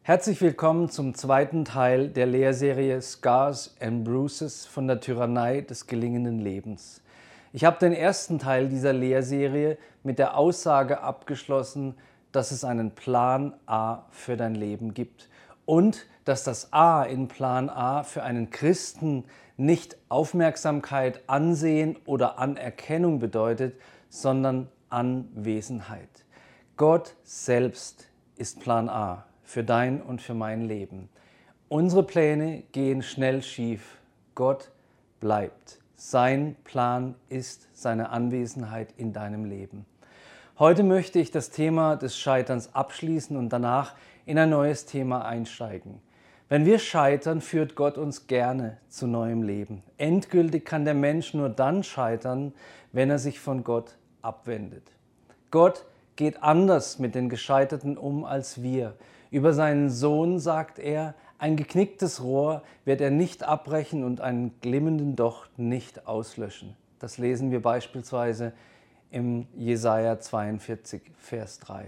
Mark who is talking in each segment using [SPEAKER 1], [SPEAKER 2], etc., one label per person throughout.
[SPEAKER 1] Herzlich willkommen zum zweiten Teil der Lehrserie Scars and Bruises von der Tyrannei des gelingenden Lebens. Ich habe den ersten Teil dieser Lehrserie mit der Aussage abgeschlossen, dass es einen Plan A für dein Leben gibt und dass das A in Plan A für einen Christen nicht Aufmerksamkeit, Ansehen oder Anerkennung bedeutet, sondern Anwesenheit. Gott selbst ist Plan A für dein und für mein Leben. Unsere Pläne gehen schnell schief. Gott bleibt. Sein Plan ist seine Anwesenheit in deinem Leben. Heute möchte ich das Thema des Scheiterns abschließen und danach in ein neues Thema einsteigen. Wenn wir scheitern, führt Gott uns gerne zu neuem Leben. Endgültig kann der Mensch nur dann scheitern, wenn er sich von Gott abwendet. Gott geht anders mit den Gescheiterten um als wir. Über seinen Sohn sagt er, ein geknicktes Rohr wird er nicht abbrechen und einen glimmenden Docht nicht auslöschen. Das lesen wir beispielsweise im Jesaja 42, Vers 3.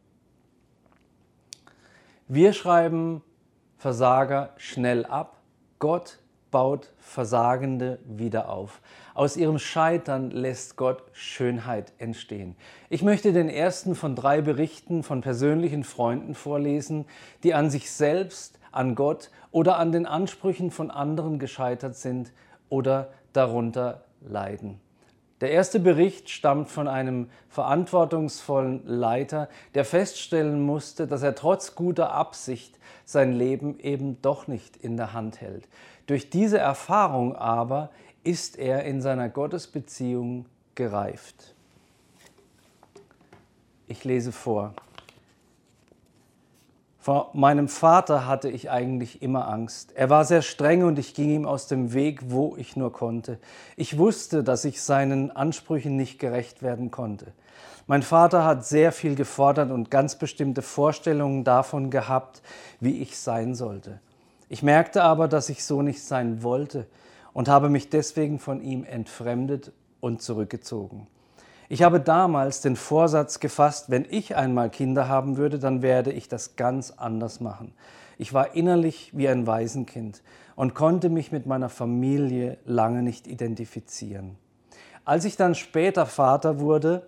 [SPEAKER 1] Wir schreiben Versager schnell ab. Gott baut Versagende wieder auf. Aus ihrem Scheitern lässt Gott Schönheit entstehen. Ich möchte den ersten von 3 Berichten von persönlichen Freunden vorlesen, die an sich selbst, an Gott oder an den Ansprüchen von anderen gescheitert sind oder darunter leiden. Der erste Bericht stammt von einem verantwortungsvollen Leiter, der feststellen musste, dass er trotz guter Absicht sein Leben eben doch nicht in der Hand hält. Durch diese Erfahrung aber ist er in seiner Gottesbeziehung gereift. Ich lese vor. Vor meinem Vater hatte ich eigentlich immer Angst. Er war sehr streng und ich ging ihm aus dem Weg, wo ich nur konnte. Ich wusste, dass ich seinen Ansprüchen nicht gerecht werden konnte. Mein Vater hat sehr viel gefordert und ganz bestimmte Vorstellungen davon gehabt, wie ich sein sollte. Ich merkte aber, dass ich so nicht sein wollte und habe mich deswegen von ihm entfremdet und zurückgezogen. Ich habe damals den Vorsatz gefasst, wenn ich einmal Kinder haben würde, dann werde ich das ganz anders machen. Ich war innerlich wie ein Waisenkind und konnte mich mit meiner Familie lange nicht identifizieren. Als ich dann später Vater wurde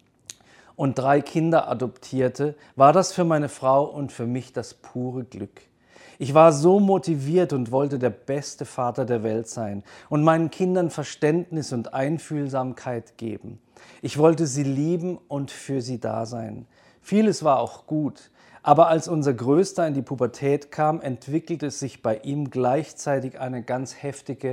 [SPEAKER 1] und 3 Kinder adoptierte, war das für meine Frau und für mich das pure Glück. Ich war so motiviert und wollte der beste Vater der Welt sein und meinen Kindern Verständnis und Einfühlsamkeit geben. Ich wollte sie lieben und für sie da sein. Vieles war auch gut, aber als unser Größter in die Pubertät kam, entwickelte sich bei ihm gleichzeitig eine ganz heftige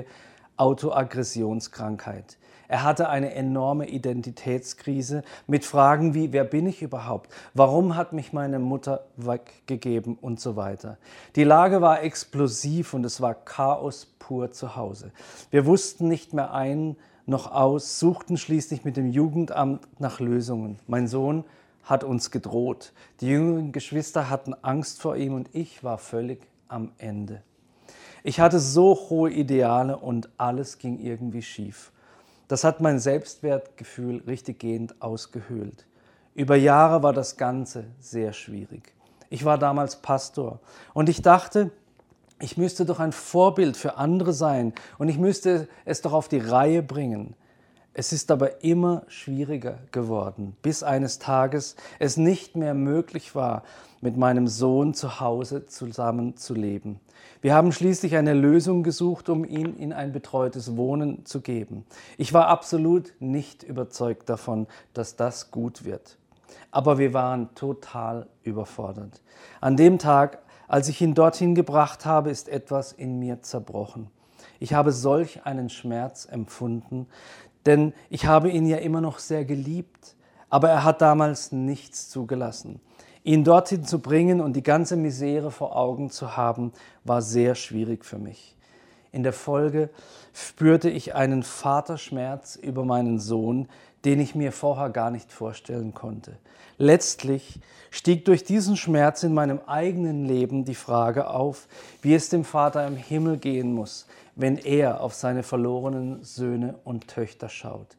[SPEAKER 1] Autoaggressionskrankheit. Er hatte eine enorme Identitätskrise mit Fragen wie, wer bin ich überhaupt? Warum hat mich meine Mutter weggegeben und so weiter. Die Lage war explosiv und es war Chaos pur zu Hause. Wir wussten nicht mehr ein noch aus, suchten schließlich mit dem Jugendamt nach Lösungen. Mein Sohn hat uns gedroht. Die jüngeren Geschwister hatten Angst vor ihm und ich war völlig am Ende. Ich hatte so hohe Ideale und alles ging irgendwie schief. Das hat mein Selbstwertgefühl richtiggehend ausgehöhlt. Über Jahre war das Ganze sehr schwierig. Ich war damals Pastor und ich dachte, ich müsste doch ein Vorbild für andere sein und ich müsste es doch auf die Reihe bringen. Es ist aber immer schwieriger geworden, bis eines Tages es nicht mehr möglich war, mit meinem Sohn zu Hause zusammen zu leben. Wir haben schließlich eine Lösung gesucht, um ihn in ein betreutes Wohnen zu geben. Ich war absolut nicht überzeugt davon, dass das gut wird. Aber wir waren total überfordert. An dem Tag, als ich ihn dorthin gebracht habe, ist etwas in mir zerbrochen. Ich habe solch einen Schmerz empfunden, denn ich habe ihn ja immer noch sehr geliebt, aber er hat damals nichts zugelassen. Ihn dorthin zu bringen und die ganze Misere vor Augen zu haben, war sehr schwierig für mich. In der Folge spürte ich einen Vaterschmerz über meinen Sohn, den ich mir vorher gar nicht vorstellen konnte. Letztlich stieg durch diesen Schmerz in meinem eigenen Leben die Frage auf, wie es dem Vater im Himmel gehen muss, wenn er auf seine verlorenen Söhne und Töchter schaut.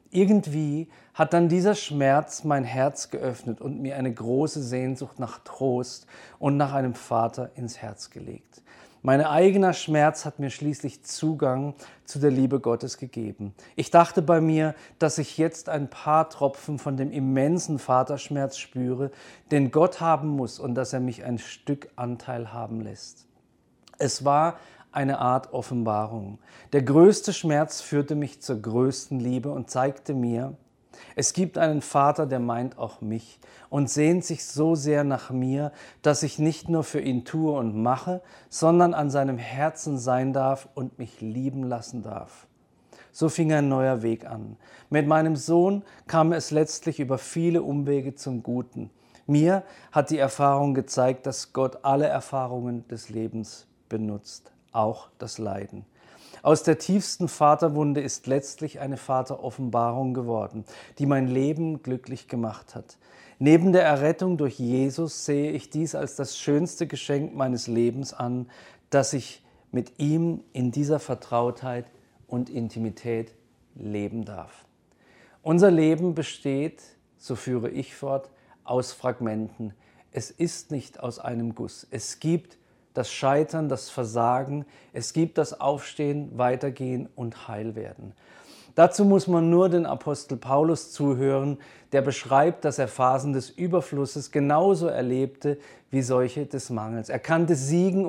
[SPEAKER 1] Irgendwie hat dann dieser Schmerz mein Herz geöffnet und mir eine große Sehnsucht nach Trost und nach einem Vater ins Herz gelegt. Mein eigener Schmerz hat mir schließlich Zugang zu der Liebe Gottes gegeben. Ich dachte bei mir, dass ich jetzt ein paar Tropfen von dem immensen Vaterschmerz spüre, den Gott haben muss und dass er mich ein Stück Anteil haben lässt. Es war eine Art Offenbarung. Der größte Schmerz führte mich zur größten Liebe und zeigte mir, es gibt einen Vater, der meint auch mich und sehnt sich so sehr nach mir, dass ich nicht nur für ihn tue und mache, sondern an seinem Herzen sein darf und mich lieben lassen darf. So fing ein neuer Weg an. Mit meinem Sohn kam es letztlich über viele Umwege zum Guten. Mir hat die Erfahrung gezeigt, dass Gott alle Erfahrungen des Lebens benutzt, auch das Leiden. Aus der tiefsten Vaterwunde ist letztlich eine Vateroffenbarung geworden, die mein Leben glücklich gemacht hat. Neben der Errettung durch Jesus sehe ich dies als das schönste Geschenk meines Lebens an, dass ich mit ihm in dieser Vertrautheit und Intimität leben darf. Unser Leben besteht, so führe ich fort, aus Fragmenten. Es ist nicht aus einem Guss. Es gibt das Scheitern, das Versagen, es gibt das Aufstehen, Weitergehen und Heilwerden. Dazu muss man nur den Apostel Paulus zuhören, der beschreibt, dass er Phasen des Überflusses genauso erlebte wie solche des Mangels. Er kannte Siege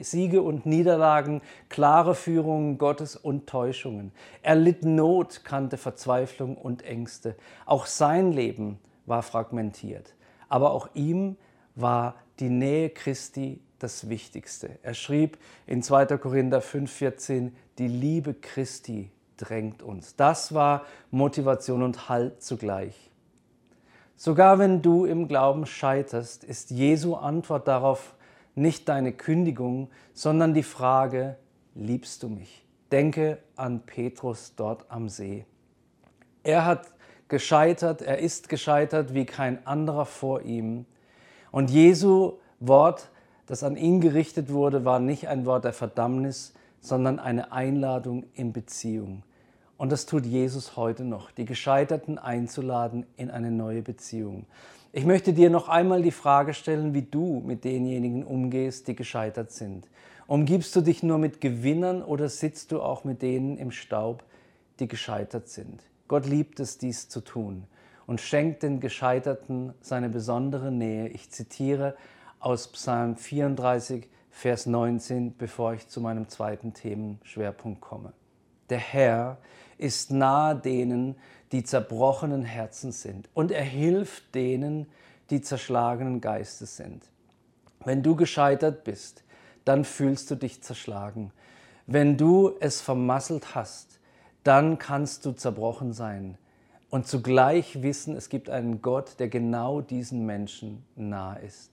[SPEAKER 1] und Niederlagen, klare Führungen Gottes und Täuschungen. Er litt Not, kannte Verzweiflung und Ängste. Auch sein Leben war fragmentiert, aber auch ihm war die Nähe Christi das Wichtigste. Er schrieb in 2. Korinther 5,14, die Liebe Christi drängt uns. Das war Motivation und Halt zugleich. Sogar wenn du im Glauben scheiterst, ist Jesu Antwort darauf nicht deine Kündigung, sondern die Frage, liebst du mich? Denke an Petrus dort am See. Er ist gescheitert wie kein anderer vor ihm. Und Jesu Wort, das an ihn gerichtet wurde, war nicht ein Wort der Verdammnis, sondern eine Einladung in Beziehung. Und das tut Jesus heute noch, die Gescheiterten einzuladen in eine neue Beziehung. Ich möchte dir noch einmal die Frage stellen, wie du mit denjenigen umgehst, die gescheitert sind. Umgibst du dich nur mit Gewinnern oder sitzt du auch mit denen im Staub, die gescheitert sind? Gott liebt es, dies zu tun und schenkt den Gescheiterten seine besondere Nähe. Ich zitiere aus Psalm 34, Vers 19, bevor ich zu meinem zweiten Themenschwerpunkt komme. Der Herr ist nahe denen, die zerbrochenen Herzen sind, und er hilft denen, die zerschlagenen Geistes sind. Wenn du gescheitert bist, dann fühlst du dich zerschlagen. Wenn du es vermasselt hast, dann kannst du zerbrochen sein und zugleich wissen, es gibt einen Gott, der genau diesen Menschen nahe ist.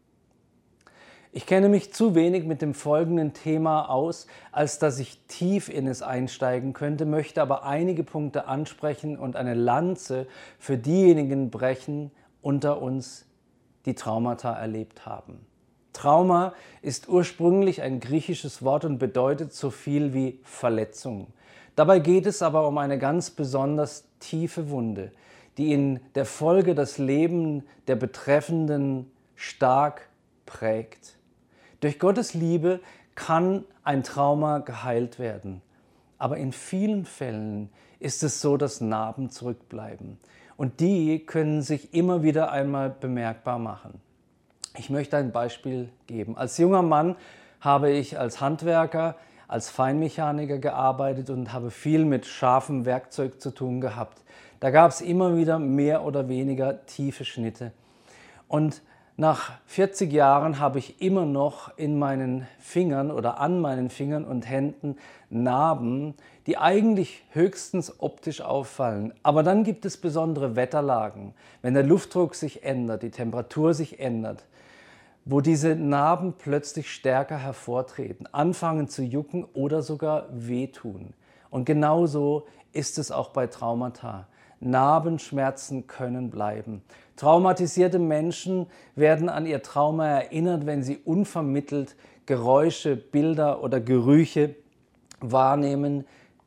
[SPEAKER 1] Ich kenne mich zu wenig mit dem folgenden Thema aus, als dass ich tief in es einsteigen könnte, möchte aber einige Punkte ansprechen und eine Lanze für diejenigen brechen unter uns, die Traumata erlebt haben. Trauma ist ursprünglich ein griechisches Wort und bedeutet so viel wie Verletzung. Dabei geht es aber um eine ganz besonders tiefe Wunde, die in der Folge das Leben der Betreffenden stark prägt. Durch Gottes Liebe kann ein Trauma geheilt werden, aber in vielen Fällen ist es so, dass Narben zurückbleiben und die können sich immer wieder einmal bemerkbar machen. Ich möchte ein Beispiel geben. Als junger Mann habe ich als Handwerker, als Feinmechaniker gearbeitet und habe viel mit scharfem Werkzeug zu tun gehabt. Da gab es immer wieder mehr oder weniger tiefe Schnitte. Und nach 40 Jahren habe ich immer noch in meinen Fingern oder an meinen Fingern und Händen Narben, die eigentlich höchstens optisch auffallen. Aber dann gibt es besondere Wetterlagen, wenn der Luftdruck sich ändert, die Temperatur sich ändert, wo diese Narben plötzlich stärker hervortreten, anfangen zu jucken oder sogar wehtun. Und genauso ist es auch bei Traumata. Narbenschmerzen können bleiben. Traumatisierte Menschen werden an ihr Trauma erinnert, wenn sie unvermittelt Geräusche, Bilder oder Gerüche wahrnehmen,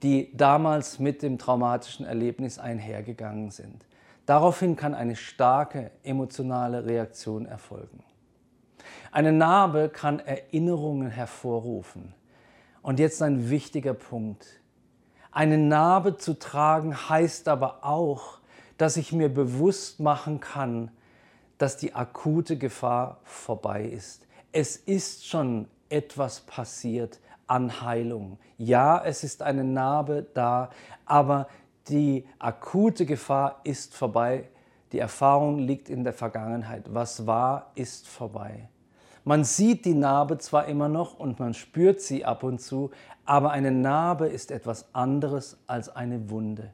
[SPEAKER 1] die damals mit dem traumatischen Erlebnis einhergegangen sind. Daraufhin kann eine starke emotionale Reaktion erfolgen. Eine Narbe kann Erinnerungen hervorrufen. Und jetzt ein wichtiger Punkt. Eine Narbe zu tragen heißt aber auch, dass ich mir bewusst machen kann, dass die akute Gefahr vorbei ist. Es ist schon etwas passiert an Heilung. Ja, es ist eine Narbe da, aber die akute Gefahr ist vorbei. Die Erfahrung liegt in der Vergangenheit. Was war, ist vorbei. Man sieht die Narbe zwar immer noch und man spürt sie ab und zu, aber eine Narbe ist etwas anderes als eine Wunde.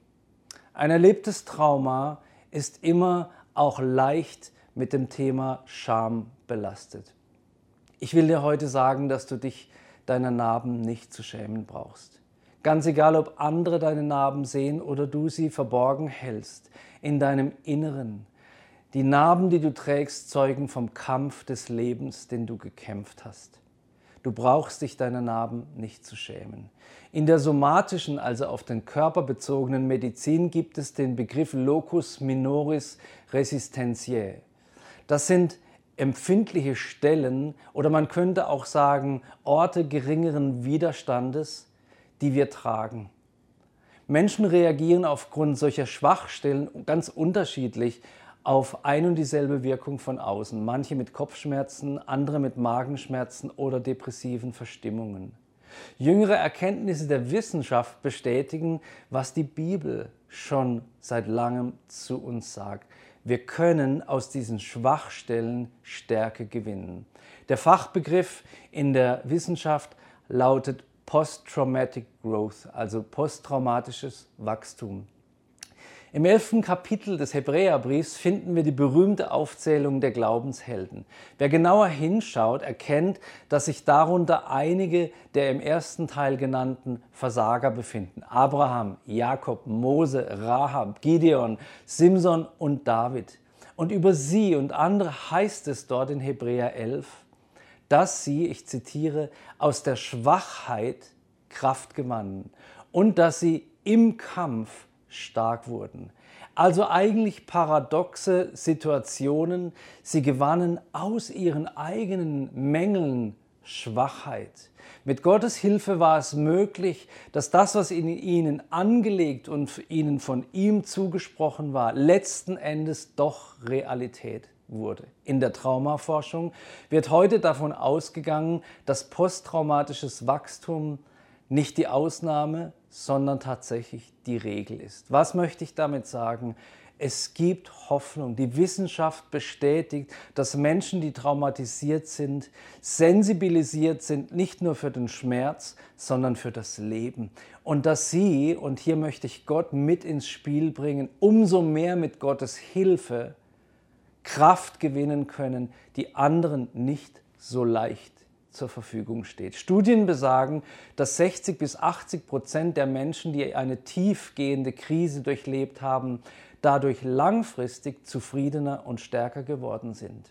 [SPEAKER 1] Ein erlebtes Trauma ist immer auch leicht mit dem Thema Scham belastet. Ich will dir heute sagen, dass du dich deiner Narben nicht zu schämen brauchst. Ganz egal, ob andere deine Narben sehen oder du sie verborgen hältst, in deinem Inneren. Die Narben, die du trägst, zeugen vom Kampf des Lebens, den du gekämpft hast. Du brauchst dich deiner Narben nicht zu schämen. In der somatischen, also auf den Körper bezogenen Medizin gibt es den Begriff Locus minoris resistentiae. Das sind empfindliche Stellen oder man könnte auch sagen Orte geringeren Widerstandes, die wir tragen. Menschen reagieren aufgrund solcher Schwachstellen ganz unterschiedlich auf ein und dieselbe Wirkung von außen. Manche mit Kopfschmerzen, andere mit Magenschmerzen oder depressiven Verstimmungen. Jüngere Erkenntnisse der Wissenschaft bestätigen, was die Bibel schon seit langem zu uns sagt. Wir können aus diesen Schwachstellen Stärke gewinnen. Der Fachbegriff in der Wissenschaft lautet Post-Traumatic Growth, also posttraumatisches Wachstum. Im 11. Kapitel des Hebräerbriefs finden wir die berühmte Aufzählung der Glaubenshelden. Wer genauer hinschaut, erkennt, dass sich darunter einige der im ersten Teil genannten Versager befinden. Abraham, Jakob, Mose, Rahab, Gideon, Simson und David. Und über sie und andere heißt es dort in Hebräer 11, dass sie, ich zitiere, aus der Schwachheit Kraft gewannen und dass sie im Kampf stark wurden. Also eigentlich paradoxe Situationen. Sie gewannen aus ihren eigenen Mängeln Schwachheit. Mit Gottes Hilfe war es möglich, dass das, was in ihnen angelegt und ihnen von ihm zugesprochen war, letzten Endes doch Realität wurde. In der Traumaforschung wird heute davon ausgegangen, dass posttraumatisches Wachstum nicht die Ausnahme, sondern tatsächlich die Regel ist. Was möchte ich damit sagen? Es gibt Hoffnung. Die Wissenschaft bestätigt, dass Menschen, die traumatisiert sind, sensibilisiert sind, nicht nur für den Schmerz, sondern für das Leben. Und dass sie, und hier möchte ich Gott mit ins Spiel bringen, umso mehr mit Gottes Hilfe Kraft gewinnen können, die anderen nicht so leicht zur Verfügung steht. Studien besagen, dass 60-80% der Menschen, die eine tiefgehende Krise durchlebt haben, dadurch langfristig zufriedener und stärker geworden sind.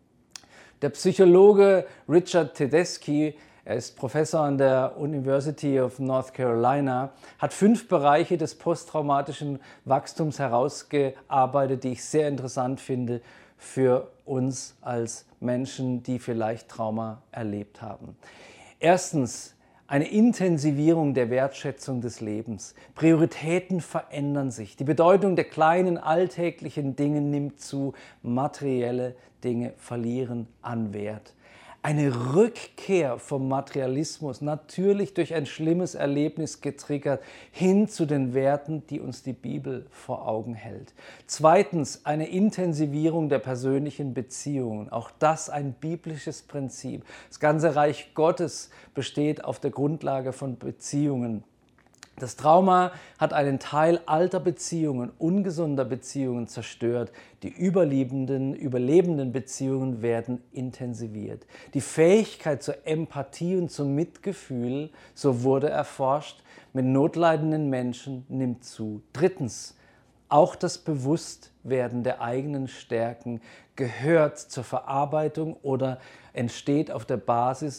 [SPEAKER 1] Der Psychologe Richard Tedeschi, er ist Professor an der University of North Carolina, hat 5 Bereiche des posttraumatischen Wachstums herausgearbeitet, die ich sehr interessant finde für uns als Menschen, die vielleicht Trauma erlebt haben. Erstens, eine Intensivierung der Wertschätzung des Lebens. Prioritäten verändern sich. Die Bedeutung der kleinen alltäglichen Dinge nimmt zu. Materielle Dinge verlieren an Wert. Eine Rückkehr vom Materialismus, natürlich durch ein schlimmes Erlebnis getriggert, hin zu den Werten, die uns die Bibel vor Augen hält. Zweitens, eine Intensivierung der persönlichen Beziehungen. Auch das ein biblisches Prinzip. Das ganze Reich Gottes besteht auf der Grundlage von Beziehungen. Das Trauma hat einen Teil alter Beziehungen, ungesunder Beziehungen zerstört. Die überlebenden Beziehungen werden intensiviert. Die Fähigkeit zur Empathie und zum Mitgefühl, so wurde erforscht, mit notleidenden Menschen nimmt zu. Drittens, auch das Bewusstwerden der eigenen Stärken gehört zur Verarbeitung oder entsteht auf der Basis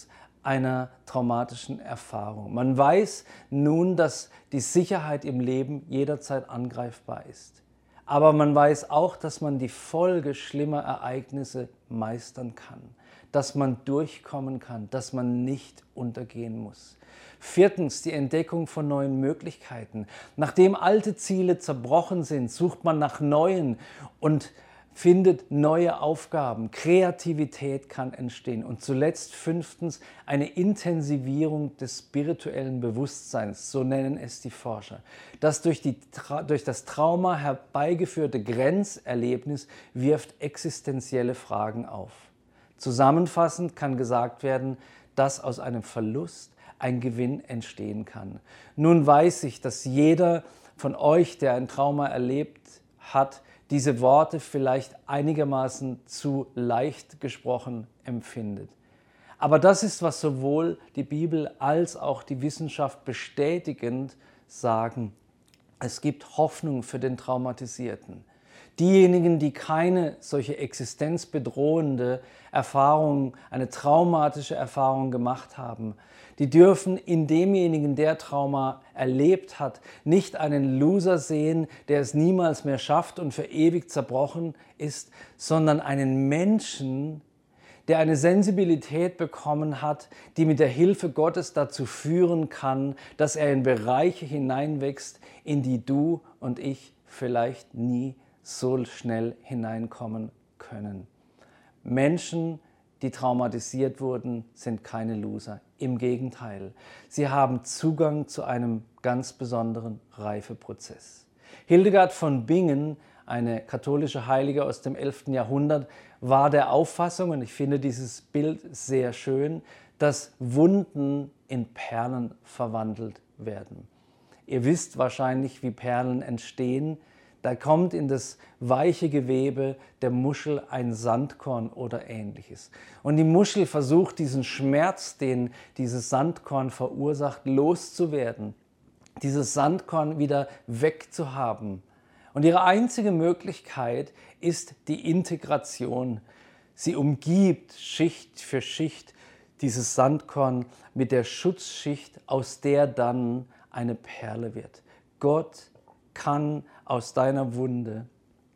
[SPEAKER 1] einer traumatischen Erfahrung. Man weiß nun, dass die Sicherheit im Leben jederzeit angreifbar ist. Aber man weiß auch, dass man die Folge schlimmer Ereignisse meistern kann, dass man durchkommen kann, dass man nicht untergehen muss. Viertens, die Entdeckung von neuen Möglichkeiten. Nachdem alte Ziele zerbrochen sind, sucht man nach neuen und findet neue Aufgaben. Kreativität kann entstehen. Und zuletzt fünftens, eine Intensivierung des spirituellen Bewusstseins, so nennen es die Forscher. Das durch das Trauma herbeigeführte Grenzerlebnis wirft existenzielle Fragen auf. Zusammenfassend kann gesagt werden, dass aus einem Verlust ein Gewinn entstehen kann. Nun weiß ich, dass jeder von euch, der ein Trauma erlebt hat, diese Worte vielleicht einigermaßen zu leicht gesprochen empfindet. Aber das ist, was sowohl die Bibel als auch die Wissenschaft bestätigend sagen. Es gibt Hoffnung für den Traumatisierten. Diejenigen, die keine solche existenzbedrohende Erfahrung, eine traumatische Erfahrung gemacht haben, die dürfen in demjenigen, der Trauma erlebt hat, nicht einen Loser sehen, der es niemals mehr schafft und für ewig zerbrochen ist, sondern einen Menschen, der eine Sensibilität bekommen hat, die mit der Hilfe Gottes dazu führen kann, dass er in Bereiche hineinwächst, in die du und ich vielleicht nie so schnell hineinkommen können. Menschen, die traumatisiert wurden, sind keine Loser. Im Gegenteil, sie haben Zugang zu einem ganz besonderen Reifeprozess. Hildegard von Bingen, eine katholische Heilige aus dem 11. Jahrhundert, war der Auffassung, und ich finde dieses Bild sehr schön, dass Wunden in Perlen verwandelt werden. Ihr wisst wahrscheinlich, wie Perlen entstehen. Da kommt in das weiche Gewebe der Muschel ein Sandkorn oder Ähnliches. Und die Muschel versucht, diesen Schmerz, den dieses Sandkorn verursacht, loszuwerden, dieses Sandkorn wieder wegzuhaben. Und ihre einzige Möglichkeit ist die Integration. Sie umgibt Schicht für Schicht dieses Sandkorn mit der Schutzschicht, aus der dann eine Perle wird. Gott kann aus deiner Wunde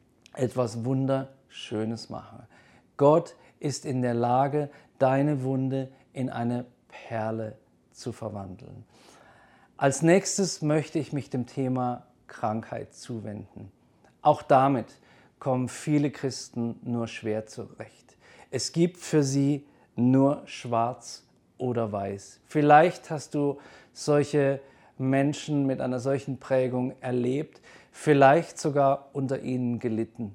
[SPEAKER 1] etwas Wunderschönes machen. Gott ist in der Lage, deine Wunde in eine Perle zu verwandeln. Als nächstes möchte ich mich dem Thema Krankheit zuwenden. Auch damit kommen viele Christen nur schwer zurecht. Es gibt für sie nur schwarz oder weiß. Vielleicht hast du solche Menschen mit einer solchen Prägung erlebt, vielleicht sogar unter ihnen gelitten.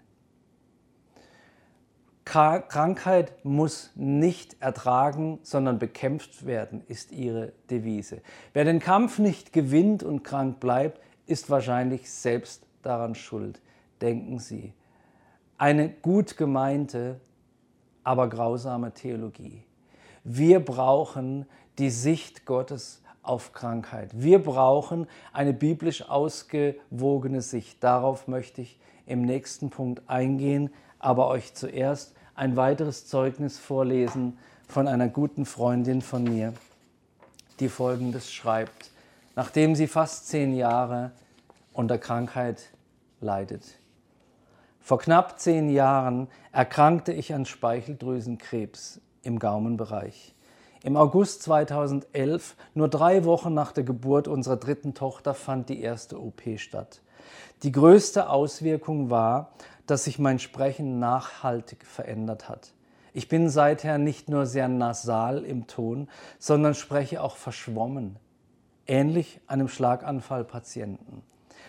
[SPEAKER 1] Krankheit muss nicht ertragen, sondern bekämpft werden, ist ihre Devise. Wer den Kampf nicht gewinnt und krank bleibt, ist wahrscheinlich selbst daran schuld, denken Sie. Eine gut gemeinte, aber grausame Theologie. Wir brauchen die Sicht Gottes auf Krankheit. Wir brauchen eine biblisch ausgewogene Sicht. Darauf möchte ich im nächsten Punkt eingehen, aber euch zuerst ein weiteres Zeugnis vorlesen von einer guten Freundin von mir, die Folgendes schreibt, nachdem sie fast 10 Jahre unter Krankheit leidet. Vor knapp 10 Jahren erkrankte ich an Speicheldrüsenkrebs im Gaumenbereich. Im August 2011, nur 3 Wochen nach der Geburt unserer 3. Tochter, fand die erste OP statt. Die größte Auswirkung war, dass sich mein Sprechen nachhaltig verändert hat. Ich bin seither nicht nur sehr nasal im Ton, sondern spreche auch verschwommen, ähnlich einem Schlaganfallpatienten.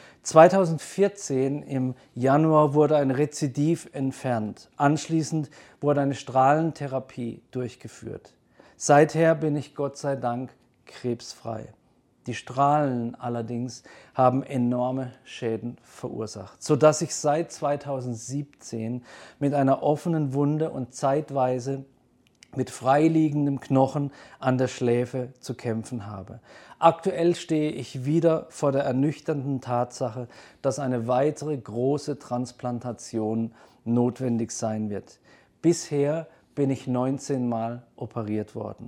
[SPEAKER 1] 2014 im Januar wurde ein Rezidiv entfernt. Anschließend wurde eine Strahlentherapie durchgeführt. Seither bin ich Gott sei Dank krebsfrei. Die Strahlen allerdings haben enorme Schäden verursacht, sodass ich seit 2017 mit einer offenen Wunde und zeitweise mit freiliegendem Knochen an der Schläfe zu kämpfen habe. Aktuell stehe ich wieder vor der ernüchternden Tatsache, dass eine weitere große Transplantation notwendig sein wird. Bisher bin ich 19 Mal operiert worden.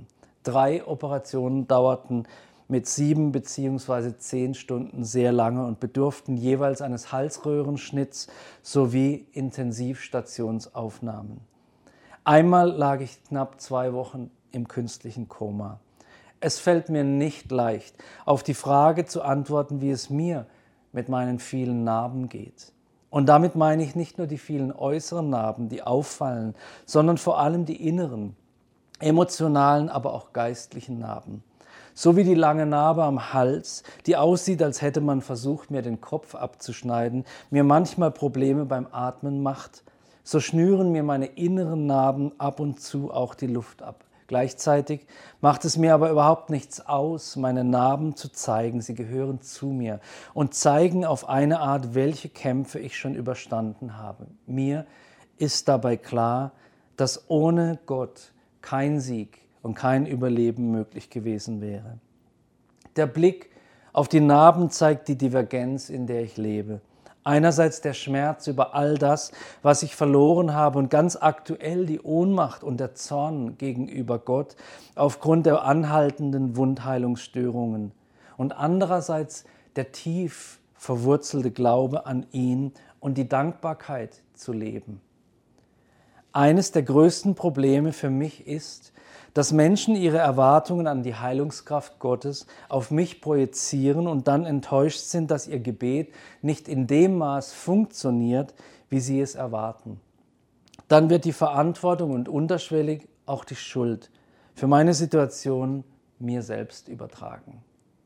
[SPEAKER 1] 3 Operationen dauerten mit 7 bzw. 10 Stunden sehr lange und bedurften jeweils eines Halsröhrenschnitts sowie Intensivstationsaufnahmen. Einmal lag ich knapp 2 Wochen im künstlichen Koma. Es fällt mir nicht leicht, auf die Frage zu antworten, wie es mir mit meinen vielen Narben geht. Und damit meine ich nicht nur die vielen äußeren Narben, die auffallen, sondern vor allem die inneren, emotionalen, aber auch geistlichen Narben. So wie die lange Narbe am Hals, die aussieht, als hätte man versucht, mir den Kopf abzuschneiden, mir manchmal Probleme beim Atmen macht, so schnüren mir meine inneren Narben ab und zu auch die Luft ab. Gleichzeitig macht es mir aber überhaupt nichts aus, meine Narben zu zeigen. Sie gehören zu mir und zeigen auf eine Art, welche Kämpfe ich schon überstanden habe. Mir ist dabei klar, dass ohne Gott kein Sieg und kein Überleben möglich gewesen wäre. Der Blick auf die Narben zeigt die Divergenz, in der ich lebe. Einerseits der Schmerz über all das, was ich verloren habe und ganz aktuell die Ohnmacht und der Zorn gegenüber Gott aufgrund der anhaltenden Wundheilungsstörungen. Und andererseits der tief verwurzelte Glaube an ihn und die Dankbarkeit zu leben. Eines der größten Probleme für mich ist, dass Menschen ihre Erwartungen an die Heilungskraft Gottes auf mich projizieren und dann enttäuscht sind, dass ihr Gebet nicht in dem Maß funktioniert, wie sie es erwarten. Dann wird die Verantwortung und unterschwellig auch die Schuld für meine Situation mir selbst übertragen.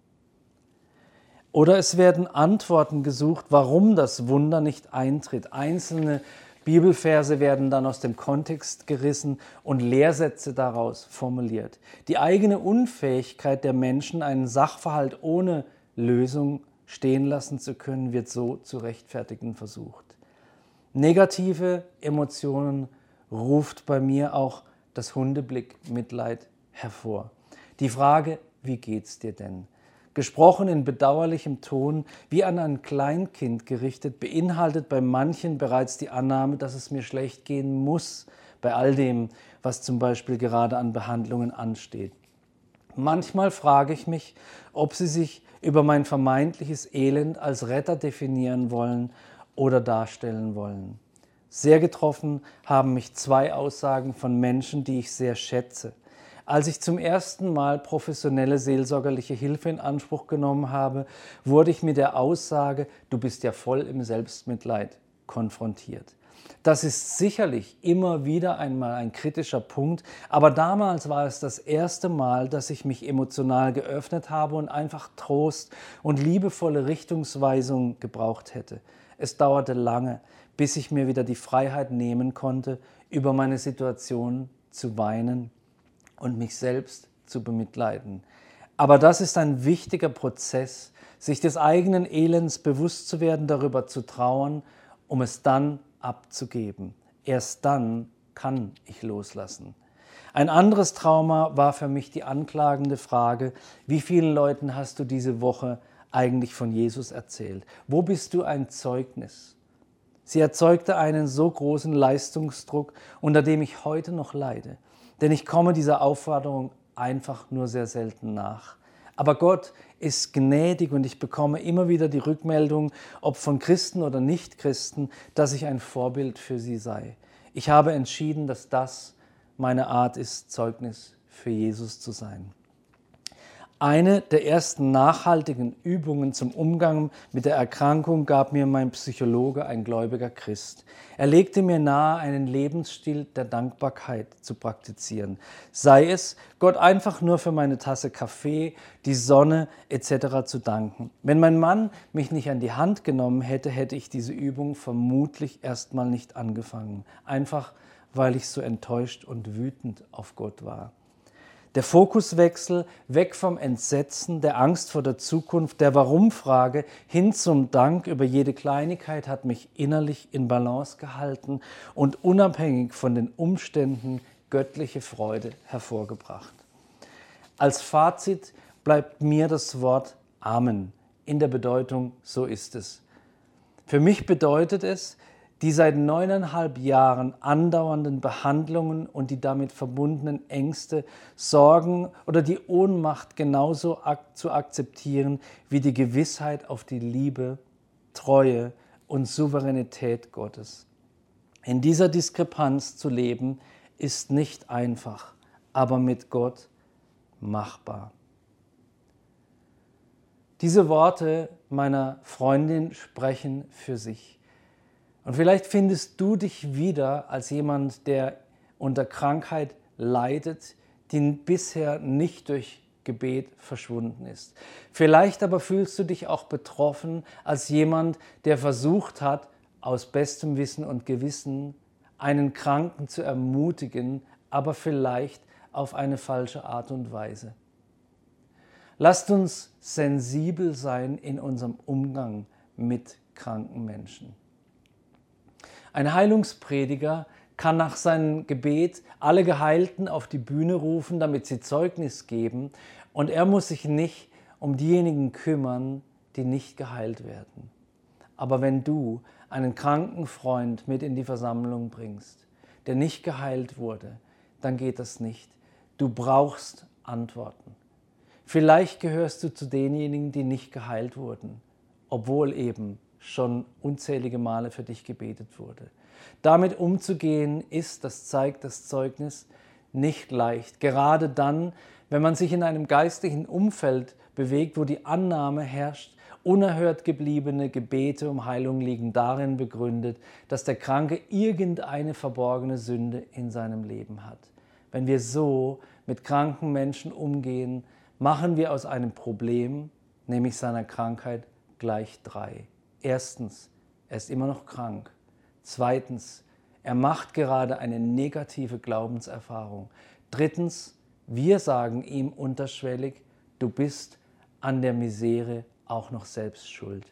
[SPEAKER 1] Oder es werden Antworten gesucht, warum das Wunder nicht eintritt. Einzelne Bibelverse werden dann aus dem Kontext gerissen und Lehrsätze daraus formuliert. Die eigene Unfähigkeit der Menschen, einen Sachverhalt ohne Lösung stehen lassen zu können, wird so zu rechtfertigen versucht. Negative Emotionen ruft bei mir auch das Hundeblick-Mitleid hervor. Die Frage, wie geht's dir denn? Gesprochen in bedauerlichem Ton, wie an ein Kleinkind gerichtet, beinhaltet bei manchen bereits die Annahme, dass es mir schlecht gehen muss, bei all dem, was zum Beispiel gerade an Behandlungen ansteht. Manchmal frage ich mich, ob sie sich über mein vermeintliches Elend als Retter definieren wollen oder darstellen wollen. Sehr getroffen haben mich 2 Aussagen von Menschen, die ich sehr schätze. Als ich zum ersten Mal professionelle seelsorgerliche Hilfe in Anspruch genommen habe, wurde ich mit der Aussage, du bist ja voll im Selbstmitleid, konfrontiert. Das ist sicherlich immer wieder einmal ein kritischer Punkt, aber damals war es das erste Mal, dass ich mich emotional geöffnet habe und einfach Trost und liebevolle Richtungsweisung gebraucht hätte. Es dauerte lange, bis ich mir wieder die Freiheit nehmen konnte, über meine Situation zu weinen und mich selbst zu bemitleiden. Aber das ist ein wichtiger Prozess, sich des eigenen Elends bewusst zu werden, darüber zu trauern, um es dann abzugeben. Erst dann kann ich loslassen. Ein anderes Trauma war für mich die anklagende Frage, wie vielen Leuten hast du diese Woche eigentlich von Jesus erzählt? Wo bist du ein Zeugnis? Sie erzeugte einen so großen Leistungsdruck, unter dem ich heute noch leide. Denn ich komme dieser Aufforderung einfach nur sehr selten nach. Aber Gott ist gnädig und ich bekomme immer wieder die Rückmeldung, ob von Christen oder Nichtchristen, dass ich ein Vorbild für sie sei. Ich habe entschieden, dass das meine Art ist, Zeugnis für Jesus zu sein. Eine der ersten nachhaltigen Übungen zum Umgang mit der Erkrankung gab mir mein Psychologe, ein gläubiger Christ. Er legte mir nahe, einen Lebensstil der Dankbarkeit zu praktizieren. Sei es, Gott einfach nur für meine Tasse Kaffee, die Sonne etc. zu danken. Wenn mein Mann mich nicht an die Hand genommen hätte, hätte ich diese Übung vermutlich erstmal nicht angefangen. Einfach, weil ich so enttäuscht und wütend auf Gott war. Der Fokuswechsel weg vom Entsetzen, der Angst vor der Zukunft, der Warum-Frage hin zum Dank über jede Kleinigkeit hat mich innerlich in Balance gehalten und unabhängig von den Umständen göttliche Freude hervorgebracht. Als Fazit bleibt mir das Wort Amen in der Bedeutung, so ist es. Für mich bedeutet es, die seit 9,5 Jahren andauernden Behandlungen und die damit verbundenen Ängste, Sorgen oder die Ohnmacht genauso zu akzeptieren wie die Gewissheit auf die Liebe, Treue und Souveränität Gottes. In dieser Diskrepanz zu leben, ist nicht einfach, aber mit Gott machbar. Diese Worte meiner Freundin sprechen für sich. Und vielleicht findest du dich wieder als jemand, der unter Krankheit leidet, die bisher nicht durch Gebet verschwunden ist. Vielleicht aber fühlst du dich auch betroffen als jemand, der versucht hat, aus bestem Wissen und Gewissen einen Kranken zu ermutigen, aber vielleicht auf eine falsche Art und Weise. Lasst uns sensibel sein in unserem Umgang mit kranken Menschen. Ein Heilungsprediger kann nach seinem Gebet alle Geheilten auf die Bühne rufen, damit sie Zeugnis geben, und er muss sich nicht um diejenigen kümmern, die nicht geheilt werden. Aber wenn du einen kranken Freund mit in die Versammlung bringst, der nicht geheilt wurde, dann geht das nicht. Du brauchst Antworten. Vielleicht gehörst du zu denjenigen, die nicht geheilt wurden, obwohl eben schon unzählige Male für dich gebetet wurde. Damit umzugehen ist, das zeigt das Zeugnis, nicht leicht. Gerade dann, wenn man sich in einem geistlichen Umfeld bewegt, wo die Annahme herrscht, unerhört gebliebene Gebete um Heilung liegen darin begründet, dass der Kranke irgendeine verborgene Sünde in seinem Leben hat. Wenn wir so mit kranken Menschen umgehen, machen wir aus einem Problem, nämlich seiner Krankheit, gleich 3. Erstens, er ist immer noch krank. Zweitens, er macht gerade eine negative Glaubenserfahrung. Drittens, wir sagen ihm unterschwellig, du bist an der Misere auch noch selbst schuld.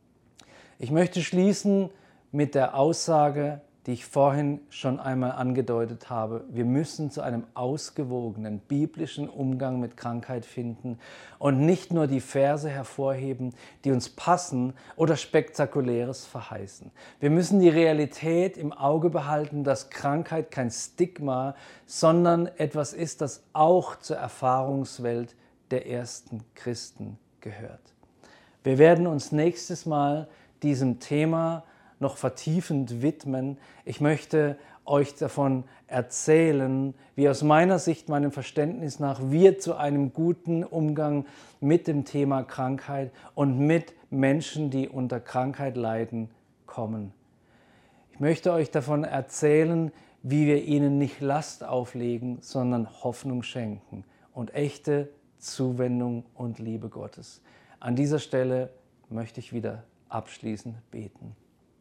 [SPEAKER 1] Ich möchte schließen mit der Aussage, die ich vorhin schon einmal angedeutet habe. Wir müssen zu einem ausgewogenen biblischen Umgang mit Krankheit finden und nicht nur die Verse hervorheben, die uns passen oder Spektakuläres verheißen. Wir müssen die Realität im Auge behalten, dass Krankheit kein Stigma, sondern etwas ist, das auch zur Erfahrungswelt der ersten Christen gehört. Wir werden uns nächstes Mal diesem Thema noch vertiefend widmen. Ich möchte euch davon erzählen, wie aus meiner Sicht, meinem Verständnis nach, wir zu einem guten Umgang mit dem Thema Krankheit und mit Menschen, die unter Krankheit leiden, kommen. Ich möchte euch davon erzählen, wie wir ihnen nicht Last auflegen, sondern Hoffnung schenken und echte Zuwendung und Liebe Gottes. An dieser Stelle möchte ich wieder abschließend beten.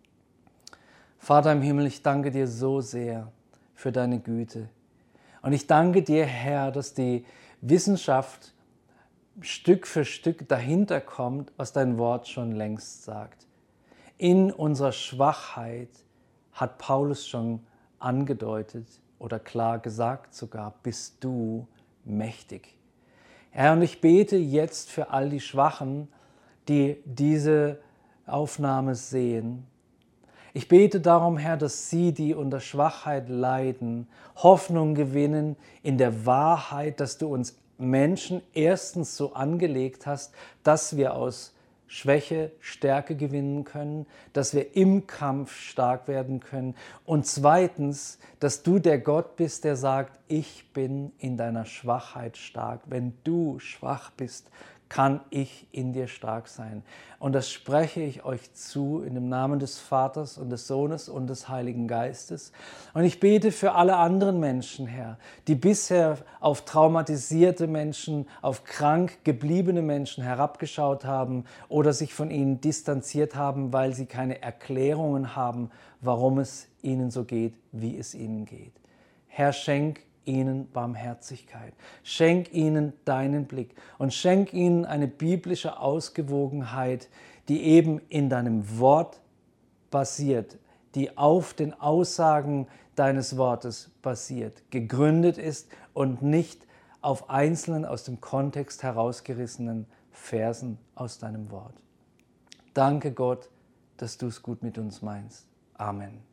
[SPEAKER 1] Vater im Himmel, ich danke dir so sehr für deine Güte. Und ich danke dir, Herr, dass die Wissenschaft Stück für Stück dahinter kommt, was dein Wort schon längst sagt. In unserer Schwachheit hat Paulus schon angedeutet oder klar gesagt sogar, bist du mächtig. Herr, und ich bete jetzt für all die Schwachen, die diese Aufnahme sehen. Ich bete darum, Herr, dass sie, die unter Schwachheit leiden, Hoffnung gewinnen in der Wahrheit, dass du uns Menschen erstens so angelegt hast, dass wir aus Schwäche Stärke gewinnen können, dass wir im Kampf stark werden können und zweitens, dass du der Gott bist, der sagt, ich bin in deiner Schwachheit stark. Wenn du schwach bist, kann ich in dir stark sein. Und das spreche ich euch zu in dem Namen des Vaters und des Sohnes und des Heiligen Geistes. Und ich bete für alle anderen Menschen, Herr, die bisher auf traumatisierte Menschen, auf krank gebliebene Menschen herabgeschaut haben oder sich von ihnen distanziert haben, weil sie keine Erklärungen haben, warum es ihnen so geht, wie es ihnen geht. Herr, schenk ihnen Barmherzigkeit. Schenk ihnen deinen Blick und schenk ihnen eine biblische Ausgewogenheit, die eben in deinem Wort basiert, die auf den Aussagen deines Wortes basiert, gegründet ist und nicht auf einzelnen aus dem Kontext herausgerissenen Versen aus deinem Wort. Danke Gott, dass du es gut mit uns meinst. Amen.